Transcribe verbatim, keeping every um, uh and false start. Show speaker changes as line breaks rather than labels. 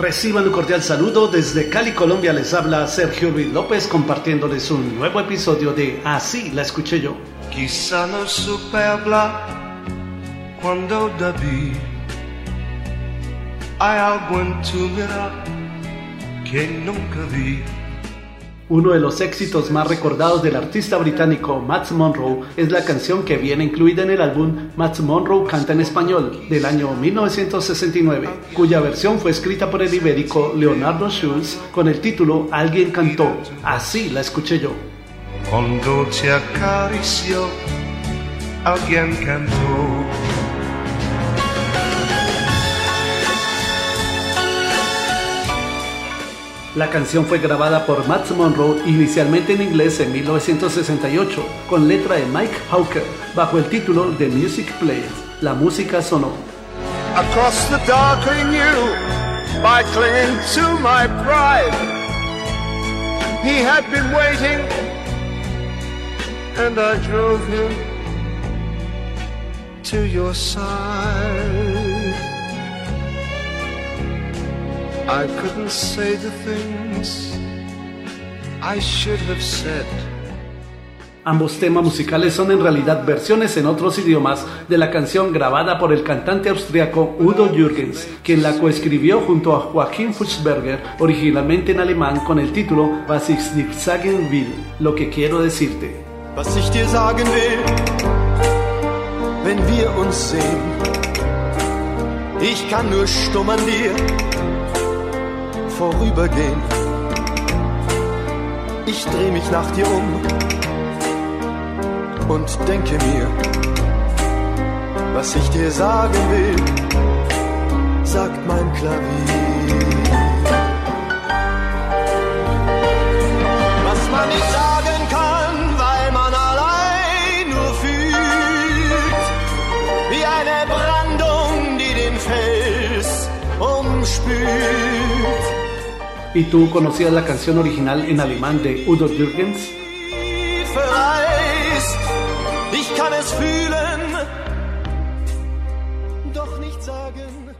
Reciban un cordial saludo desde Cali, Colombia. Les habla Sergio Luis López compartiéndoles un nuevo episodio de Así la escuché yo.
Quizá no supe hablar cuando debí. Hay algo en tu mirada que nunca vi.
Uno de los éxitos más recordados del artista británico Matt Monro es la canción que viene incluida en el álbum Matt Monro Canta en Español del año mil novecientos sesenta y nueve, cuya versión fue escrita por el ibérico Leonardo Schulz con el título Alguien cantó, así la escuché yo.
Cuando te acarició, alguien cantó.
La canción fue grabada por Matt Monro inicialmente en inglés en mil novecientos sesenta y ocho, con letra de Mike Hawker, bajo el título The Music Played, la música sonó.
Across the dark I knew, by clinging to my pride, he had been waiting, and I drove him to your side. I couldn't say the things I should have said.
Ambos temas musicales son en realidad versiones en otros idiomas de la canción grabada por el cantante austriaco Udo Jürgens, quien la coescribió junto a Joachim Fuchsberger, originalmente en alemán con el título Was ich dir sagen will, lo que quiero decirte.
Was ich dir sagen will, wenn wir uns sehen, ich kann nur stumm an dir vorübergehen. Ich dreh mich nach dir um und denke mir, was ich dir sagen will, sagt mein Klavier. Was man nicht sagen kann, weil man allein nur fühlt, wie eine Brandung, die den Fels umspült.
¿Y tú conocías la canción original en alemán de Udo Jürgens?
Ich kann es fühlen, doch nicht sagen.